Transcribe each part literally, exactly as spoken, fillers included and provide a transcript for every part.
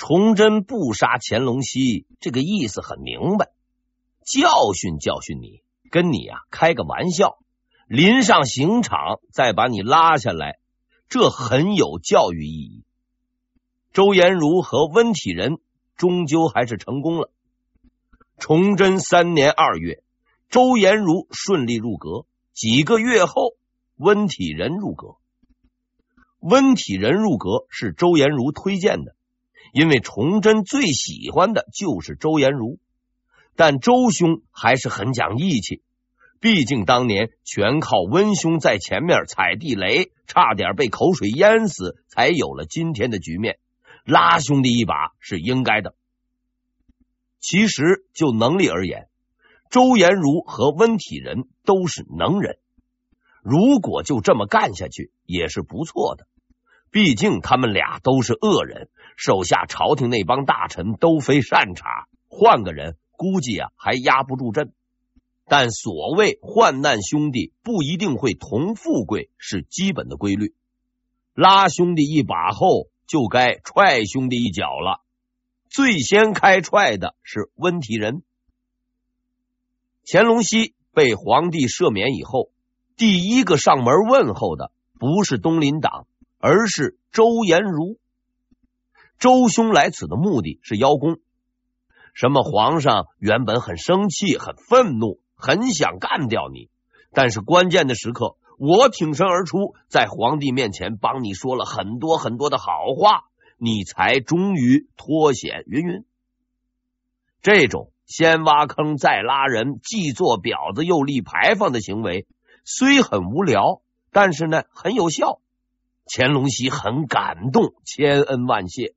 崇祯不杀乾隆熙，这个意思很明白，教训教训你，跟你啊开个玩笑，临上刑场再把你拉下来，这很有教育意义。周延儒和温体仁终究还是成功了。崇祯三年二月，周延儒顺利入阁，几个月后，温体仁入阁。温体仁入阁是周延儒推荐的，因为崇祯最喜欢的就是周延儒，但周兄还是很讲义气，毕竟当年全靠温兄在前面踩地雷，差点被口水淹死，才有了今天的局面，拉兄弟一把是应该的。其实就能力而言，周延儒和温体仁都是能人，如果就这么干下去也是不错的，毕竟他们俩都是恶人，手下朝廷那帮大臣都非善茬，换个人估计啊还压不住阵。但所谓患难兄弟不一定会同富贵，是基本的规律。拉兄弟一把后，就该踹兄弟一脚了。最先开踹的是温体仁。乾隆熙被皇帝赦免以后，第一个上门问候的不是东林党，而是周延儒。周兄来此的目的是邀功，什么皇上原本很生气很愤怒，很想干掉你，但是关键的时刻我挺身而出，在皇帝面前帮你说了很多很多的好话，你才终于脱险云云。这种先挖坑再拉人，既做婊子又立牌坊的行为虽很无聊，但是呢很有效。乾隆熙很感动，千恩万谢。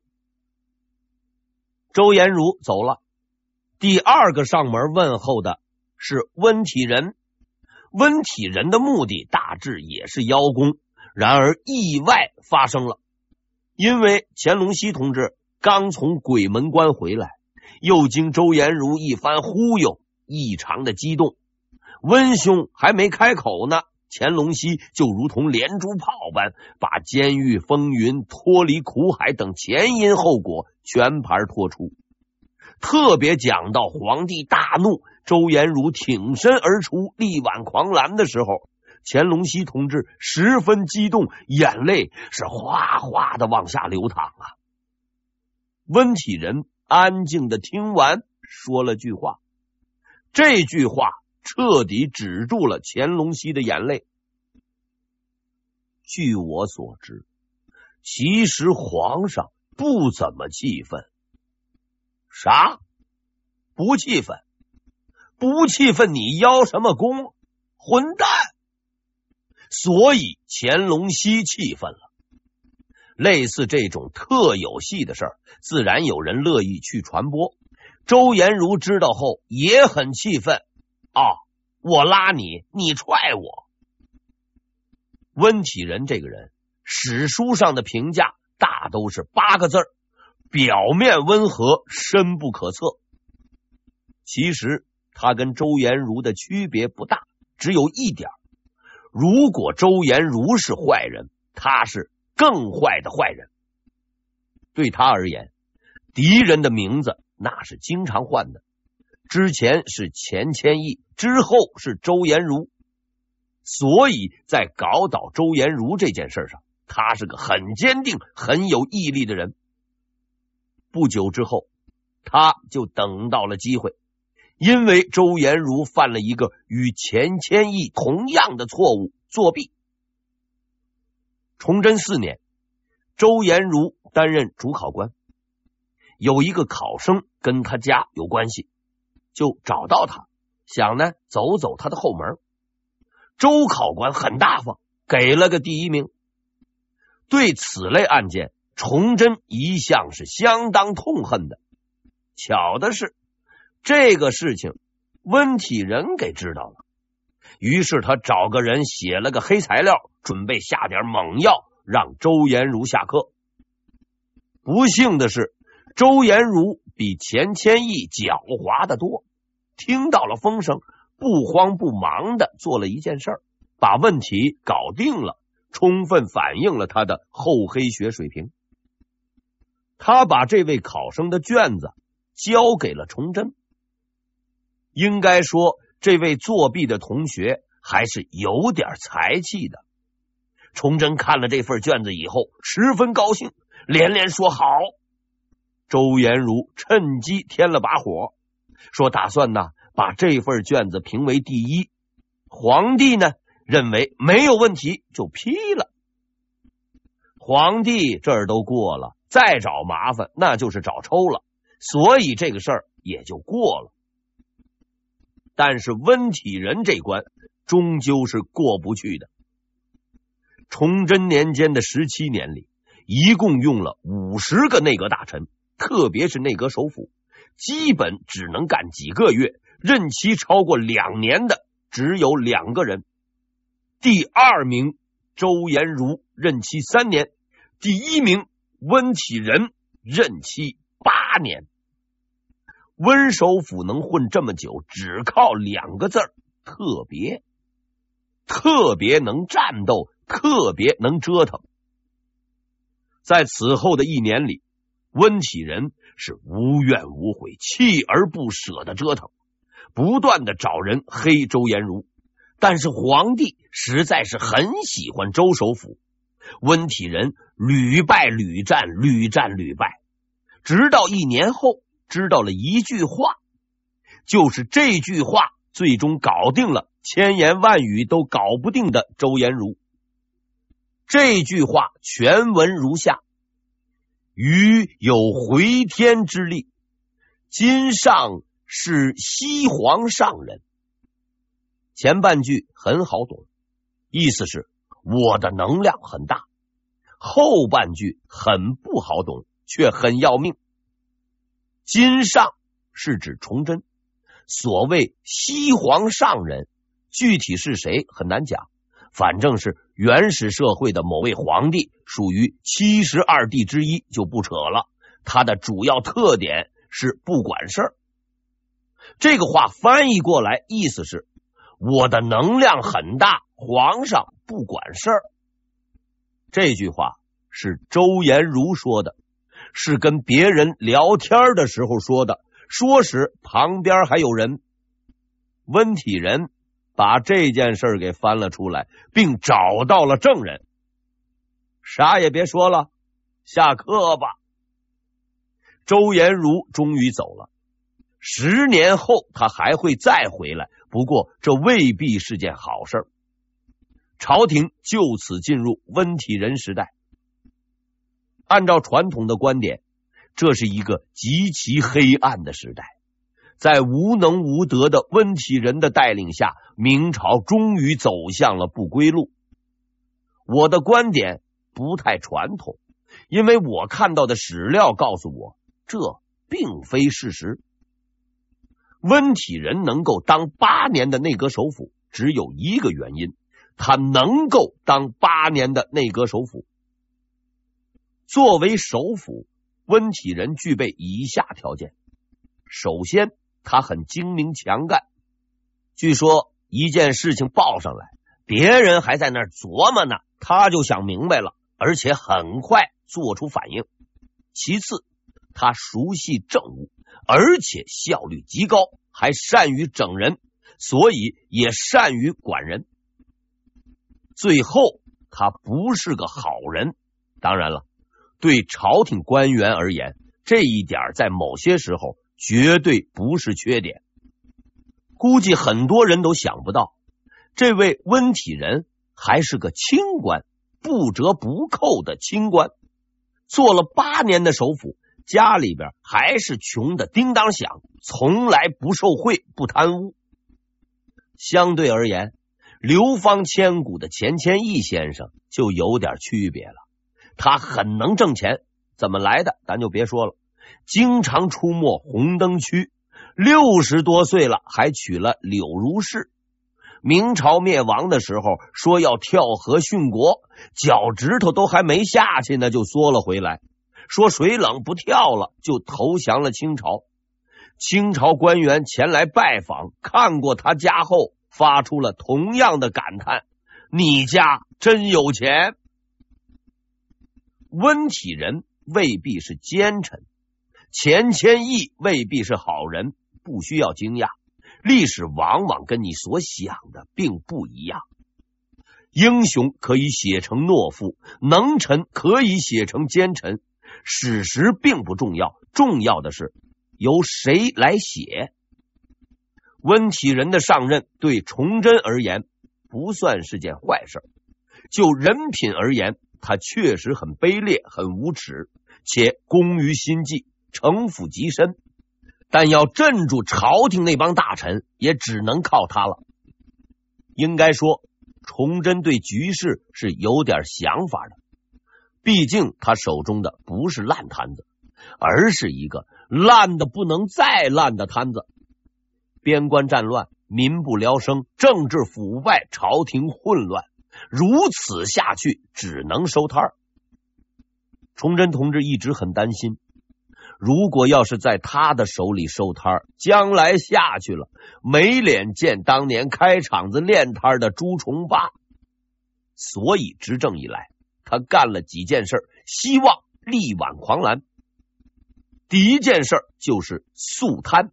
周延儒走了，第二个上门问候的是温体仁。温体仁的目的大致也是邀功，然而意外发生了。因为乾隆熙同志刚从鬼门关回来，又经周延儒一番忽悠，异常的激动。温兄还没开口呢，乾隆熙就如同连珠炮般把监狱风云、脱离苦海等前因后果全盘托出。特别讲到皇帝大怒，周延儒挺身而出，力挽狂澜的时候，乾隆熙同志十分激动，眼泪是哗哗的往下流淌啊。温体仁安静的听完，说了句话，这句话彻底止住了乾隆熙的眼泪。据我所知，其实皇上不怎么气愤。啥？不气愤？不气愤你邀什么功？混蛋！所以乾隆熙气愤了。类似这种特有戏的事儿，自然有人乐意去传播。周延儒知道后也很气愤啊！我拉你，你踹我。温体仁这个人，史书上的评价大都是八个字儿：表面温和，深不可测。其实他跟周延儒的区别不大，只有一点，如果周延儒是坏人，他是更坏的坏人。对他而言，敌人的名字那是经常换的，之前是钱谦益，之后是周延儒，所以在搞倒周延儒这件事上，他是个很坚定很有毅力的人。不久之后，他就等到了机会，因为周延儒犯了一个与钱谦益同样的错误，作弊。崇祯四年，周延儒担任主考官，有一个考生跟他家有关系，就找到他，想呢走走他的后门。周考官很大方，给了个第一名。对此类案件，崇祯一向是相当痛恨的。巧的是，这个事情温体仁给知道了，于是他找个人写了个黑材料，准备下点猛药让周延儒下课。不幸的是，周延儒比钱谦益狡猾的多，听到了风声，不慌不忙的做了一件事儿，把问题搞定了，充分反映了他的厚黑学水平。 他把这位考生的卷子交给了崇祯。应该说，这位作弊的同学还是有点才气的。崇祯看了这份卷子以后十分高兴，连连说好。周延儒趁机添了把火，说打算呢把这份卷子评为第一。皇帝呢认为没有问题，就批了。皇帝这儿都过了，再找麻烦那就是找抽了，所以这个事儿也就过了。但是温体仁这关终究是过不去的。崇祯年间的十七年里，一共用了五十个内阁大臣，特别是内阁首辅，基本只能干几个月，任期超过两年的只有两个人。第二名周延儒任期三年，第一名温体仁任期八年。温首辅能混这么久，只靠两个字儿：特别。特别能战斗，特别能折腾。在此后的一年里，温体仁是无怨无悔、锲而不舍的折腾，不断的找人黑周延儒。但是皇帝实在是很喜欢周首辅，温体仁屡败屡战，屡战屡败，直到一年后知道了一句话，就是这句话最终搞定了千言万语都搞不定的周延儒。这句话全文如下：余有回天之力，今上是西皇上人。前半句很好懂，意思是我的能量很大。后半句很不好懂，却很要命。今上是指崇祯，所谓西皇上人具体是谁很难讲，反正是原始社会的某位皇帝，属于七十二帝之一就不扯了。他的主要特点是不管事儿。这个话翻译过来意思是我的能量很大，皇上不管事儿。这句话是周延儒说的，是跟别人聊天的时候说的，说时旁边还有人。温体仁把这件事给翻了出来，并找到了证人。啥也别说了，下课吧。周延儒终于走了，十年后他还会再回来，不过这未必是件好事。朝廷就此进入温体仁时代。按照传统的观点，这是一个极其黑暗的时代。在无能无德的温体仁的带领下，明朝终于走向了不归路。我的观点不太传统，因为我看到的史料告诉我，这并非事实。温体仁能够当八年的内阁首辅，只有一个原因，他能够当八年的内阁首辅。作为首辅，温体仁具备以下条件。首先，他很精明强干。据说一件事情报上来，别人还在那儿琢磨呢，他就想明白了，而且很快做出反应。其次，他熟悉政务，而且效率极高，还善于整人，所以也善于管人。最后，他不是个好人。当然了，对朝廷官员而言，这一点在某些时候绝对不是缺点。估计很多人都想不到，这位温体仁还是个清官，不折不扣的清官，做了八年的首辅，家里边还是穷的叮当响，从来不受贿不贪污。相对而言，流芳千古的钱谦益先生就有点区别了。他很能挣钱，怎么来的咱就别说了，经常出没红灯区，六十多岁了还娶了柳如是。明朝灭亡的时候说要跳河殉国，脚趾头都还没下去呢就缩了回来，说水冷不跳了，就投降了清朝。清朝官员前来拜访，看过他家后发出了同样的感叹：你家真有钱。温体仁未必是奸臣，钱谦益未必是好人，不需要惊讶。历史往往跟你所想的并不一样。英雄可以写成懦夫，能臣可以写成奸臣，史实并不重要，重要的是由谁来写。温体仁的上任对崇祯而言不算是件坏事，就人品而言，他确实很卑劣，很无耻，且功于心计，城府极深，但要镇住朝廷那帮大臣也只能靠他了。应该说崇祯对局势是有点想法的，毕竟他手中的不是烂摊子，而是一个烂的不能再烂的摊子。边关战乱，民不聊生，政治腐败，朝廷混乱，如此下去只能收摊儿。崇祯同志一直很担心，如果要是在他的手里收摊儿，将来下去了，没脸见当年开场子练摊的朱重八。所以执政以来，他干了几件事，希望力挽狂澜。第一件事就是肃贪。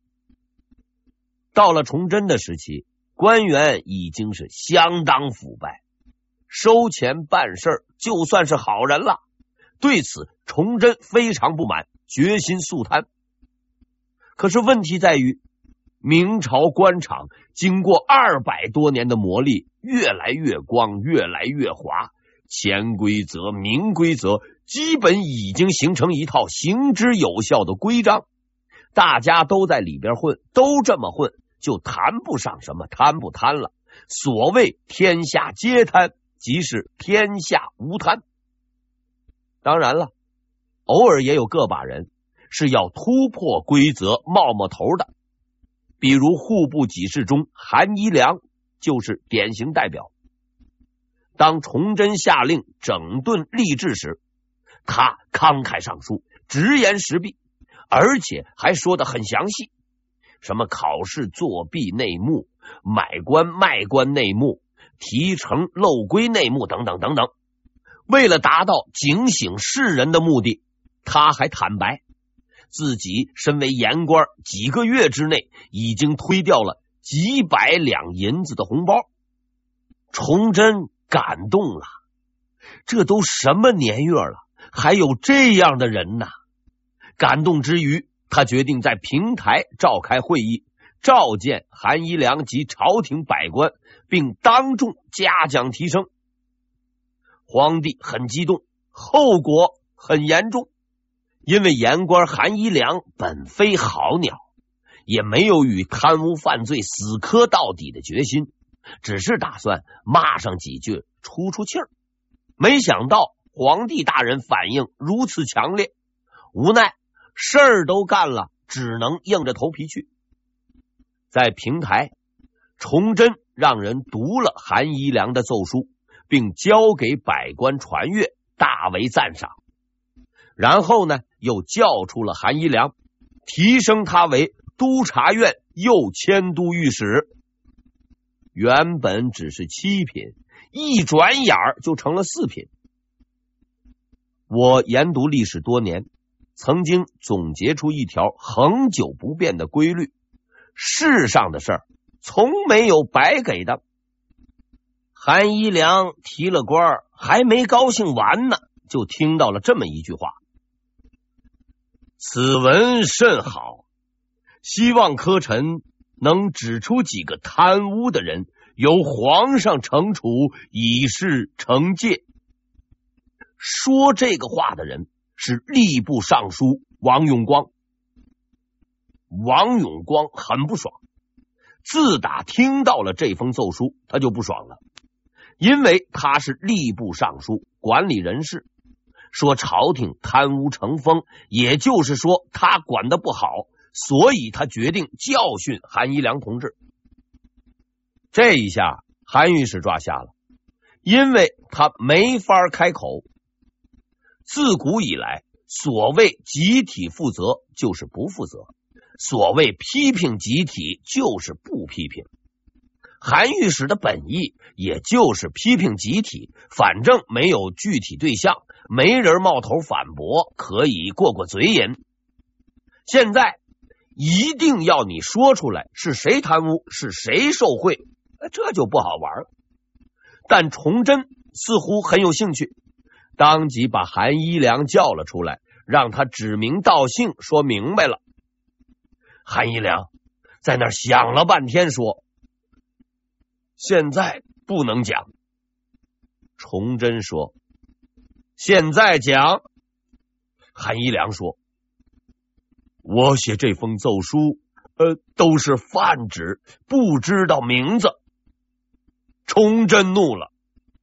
到了崇祯的时期，官员已经是相当腐败，收钱办事就算是好人了。对此崇祯非常不满，决心肃贪。可是问题在于，明朝官场经过二百多年的磨砺，越来越光，越来越滑，潜规则、明规则基本已经形成一套行之有效的规章，大家都在里边混，都这么混，就谈不上什么贪不贪了。所谓天下皆贪，即是天下无贪。当然了，偶尔也有个把人是要突破规则冒冒头的，比如户部给事中韩一良就是典型代表。当崇祯下令整顿吏治时，他慷慨上书，直言实弊，而且还说得很详细，什么考试作弊内幕、买官卖官内幕、提成漏规内幕等等等等。为了达到警醒世人的目的，他还坦白自己身为言官，几个月之内已经推掉了几百两银子的红包。崇祯感动了，这都什么年月了，还有这样的人呢？感动之余，他决定在平台召开会议，召见韩一良及朝廷百官，并当众嘉奖提升。皇帝很激动，后果很严重，因为言官韩一良本非好鸟，也没有与贪污犯罪死磕到底的决心，只是打算骂上几句出出气儿。没想到皇帝大人反应如此强烈，无奈事儿都干了，只能硬着头皮去。在平台，崇祯让人读了韩一良的奏书，并交给百官传阅，大为赞赏。然后呢，又叫出了韩一良，提升他为督察院右迁都御史。原本只是七品，一转眼就成了四品。我研读历史多年，曾经总结出一条恒久不变的规律：世上的事儿从没有白给的。韩一良提了官，还没高兴完呢，就听到了这么一句话：此文甚好，希望科臣能指出几个贪污的人，由皇上惩处，以示惩戒。说这个话的人是吏部尚书王永光。王永光很不爽，自打听到了这封奏书，他就不爽了，因为他是吏部尚书，管理人事，说朝廷贪污成风，也就是说他管得不好，所以他决定教训韩一良同志。这一下韩御史抓瞎了，因为他没法开口。自古以来，所谓集体负责就是不负责，所谓批评集体就是不批评。韩御史的本意也就是批评集体，反正没有具体对象， 没人冒头反驳，可以过过嘴瘾。现在一定要你说出来是谁贪污，是谁受贿，这就不好玩了。但崇祯似乎很有兴趣，当即把韩一良叫了出来，让他指名道姓说明白了。韩一良在那儿想了半天，说：“现在不能讲。”崇祯说：“现在讲。”韩一良说：“我写这封奏书，呃，都是泛指，不知道名字。”崇祯怒了：“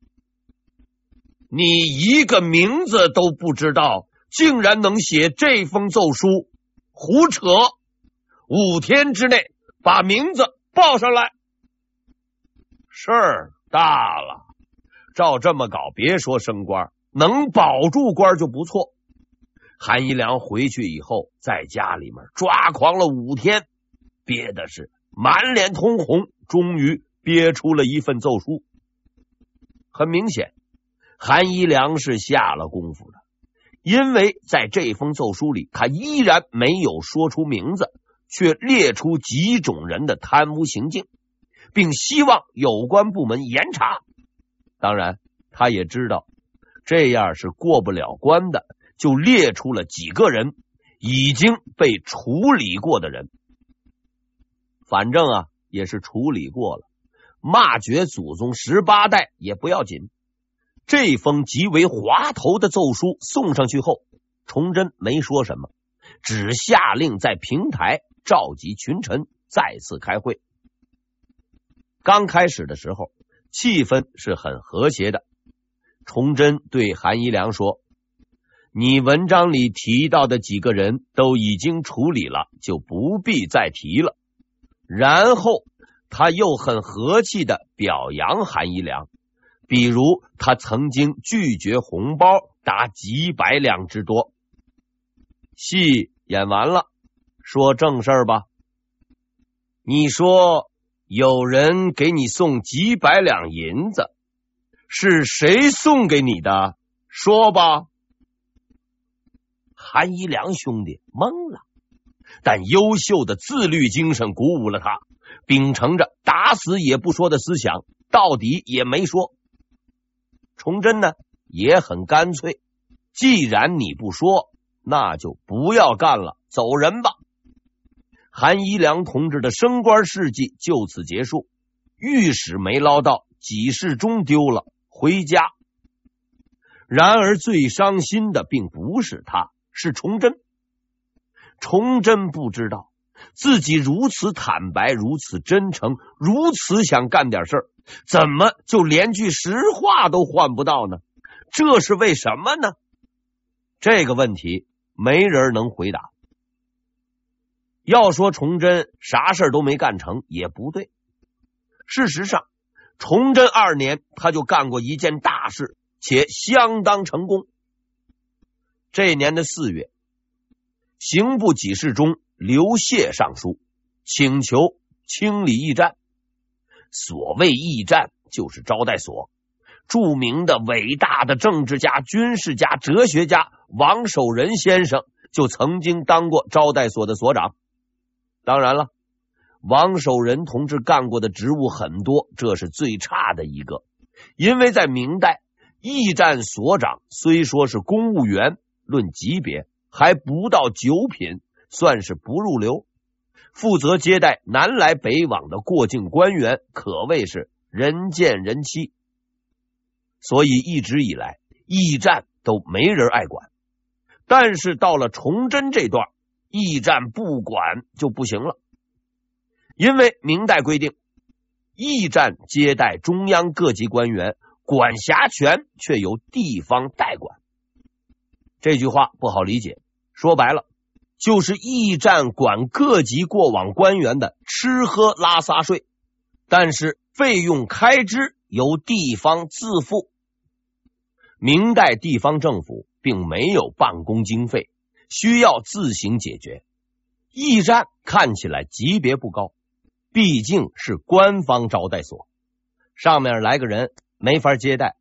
你一个名字都不知道，竟然能写这封奏书？胡扯！五天之内把名字报上来。”事儿大了，照这么搞，别说升官，能保住官就不错。韩一良回去以后，在家里面抓狂了五天，憋的是满脸通红，终于憋出了一份奏书。很明显，韩一良是下了功夫的，因为在这封奏书里，他依然没有说出名字，却列出几种人的贪污行径，并希望有关部门严查。当然，他也知道这样是过不了关的，就列出了几个人已经被处理过的人。反正啊，也是处理过了，骂绝祖宗十八代也不要紧。这封极为滑头的奏书送上去后，崇祯没说什么，只下令在平台召集群臣再次开会。刚开始的时候，气氛是很和谐的。崇祯对韩一良说：“你文章里提到的几个人都已经处理了，就不必再提了。”然后他又很和气的表扬韩一良，比如他曾经拒绝红包达几百两之多。戏演完了，说正事儿吧。你说有人给你送几百两银子，是谁送给你的？说吧。韩一良兄弟懵了，但优秀的自律精神鼓舞了他，秉承着打死也不说的思想，到底也没说。崇祯呢也很干脆，既然你不说，那就不要干了，走人吧。韩一良同志的升官事迹就此结束，御史没捞到，给事中丢了，回家。然而最伤心的并不是他，是崇祯。崇祯不知道自己如此坦白，如此真诚，如此想干点事儿，怎么就连句实话都换不到呢？这是为什么呢？这个问题没人能回答。要说崇祯啥事儿都没干成也不对，事实上崇祯二年他就干过一件大事，且相当成功。这年的四月，刑部给事中刘谢上书，请求清理驿站。所谓驿站，就是招待所。著名的伟大的政治家、军事家、哲学家王守仁先生就曾经当过招待所的所长。当然了，王守仁同志干过的职务很多，这是最差的一个。因为在明代，驿站所长虽说是公务员，论级别还不到九品，算是不入流。负责接待南来北往的过境官员，可谓是人见人欺。所以一直以来，驿站都没人爱管。但是到了崇祯这段，驿站不管就不行了。因为明代规定，驿站接待中央各级官员，管辖权却由地方代管。这句话不好理解，说白了就是驿站管各级过往官员的吃喝拉撒睡，但是费用开支由地方自负。明代地方政府并没有办公经费，需要自行解决。驿站看起来级别不高，毕竟是官方招待所，上面来个人没法接待，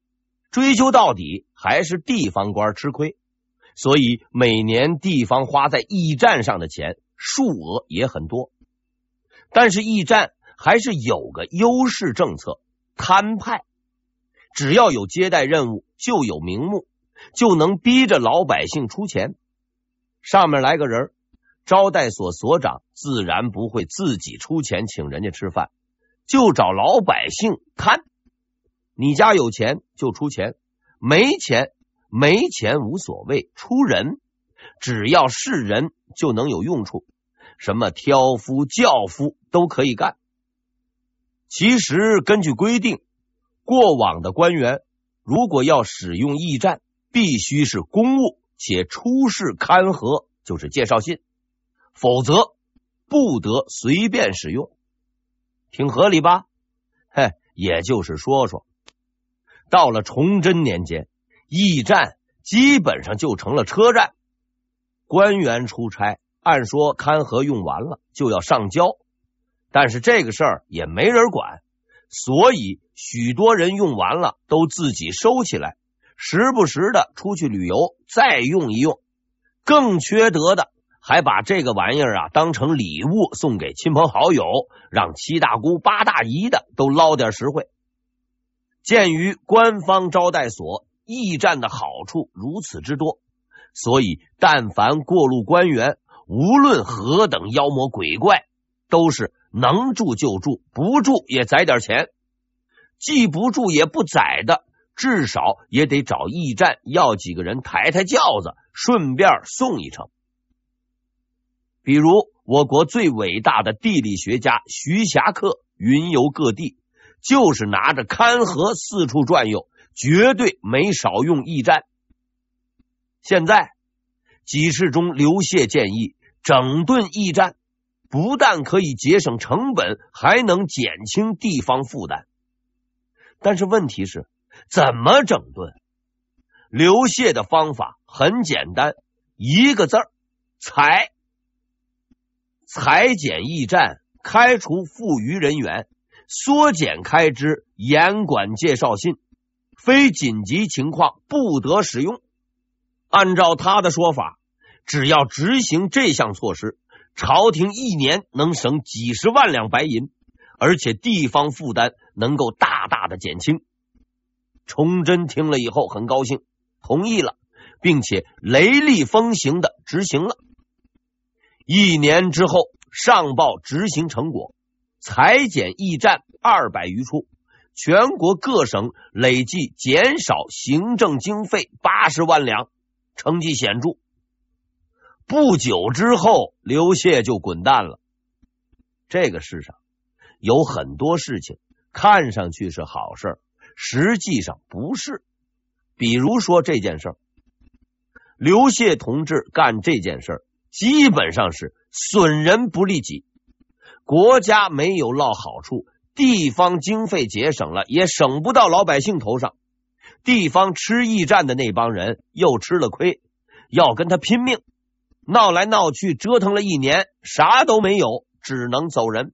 追究到底还是地方官吃亏，所以每年地方花在驿站上的钱数额也很多。但是驿站还是有个优势政策，摊派，只要有接待任务就有名目，就能逼着老百姓出钱。上面来个人，招待所所长自然不会自己出钱请人家吃饭，就找老百姓摊。你家有钱就出钱，没钱没钱无所谓，出人，只要是人就能有用处，什么挑夫轿夫都可以干。其实根据规定，过往的官员如果要使用驿站，必须是公务且出示勘核，就是介绍信，否则不得随便使用。挺合理吧？嘿，也就是说说，到了崇祯年间，驿站基本上就成了车站。官员出差，按说勘核用完了就要上交，但是这个事儿也没人管，所以许多人用完了都自己收起来，时不时的出去旅游再用一用。更缺德的还把这个玩意儿啊当成礼物送给亲朋好友，让七大姑八大姨的都捞点实惠。鉴于官方招待所驿站的好处如此之多，所以但凡过路官员，无论何等妖魔鬼怪，都是能住就住，不住也宰点钱，既不住也不宰的，至少也得找驿站要几个人抬抬轿子，顺便送一程。比如我国最伟大的地理学家徐霞客云游各地，就是拿着勘核四处转悠，绝对没少用驿站。现在给事中刘燮建议整顿驿站，不但可以节省成本，还能减轻地方负担。但是问题是，怎么整顿？刘燮的方法很简单，一个字儿：裁。裁减驿站，开除富余人员，缩减开支，严管介绍信，非紧急情况不得使用。按照他的说法，只要执行这项措施，朝廷一年能省几十万两白银，而且地方负担能够大大的减轻。崇祯听了以后很高兴，同意了，并且雷厉风行的执行了。一年之后上报执行成果，裁减驿站二百余处，全国各省累计减少行政经费八十万两，成绩显著。不久之后，刘燮就滚蛋了。这个世上有很多事情看上去是好事，实际上不是。比如说这件事，刘燮同志干这件事基本上是损人不利己，国家没有落好处，地方经费节省了，也省不到老百姓头上。地方吃驿站的那帮人又吃了亏，要跟他拼命，闹来闹去折腾了一年，啥都没有，只能走人。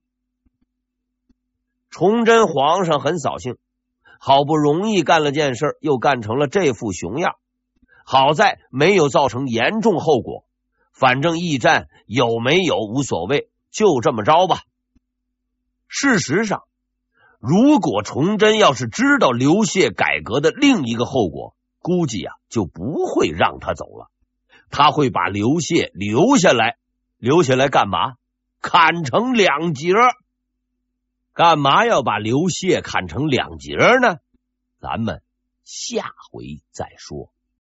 崇祯皇上很扫兴，好不容易干了件事，又干成了这副熊样，好在没有造成严重后果，反正驿站有没有无所谓，就这么着吧。事实上，如果崇祯要是知道刘燮改革的另一个后果，估计啊就不会让他走了，他会把刘燮留下来。留下来干嘛？砍成两截。干嘛要把刘燮砍成两截呢？咱们下回再说。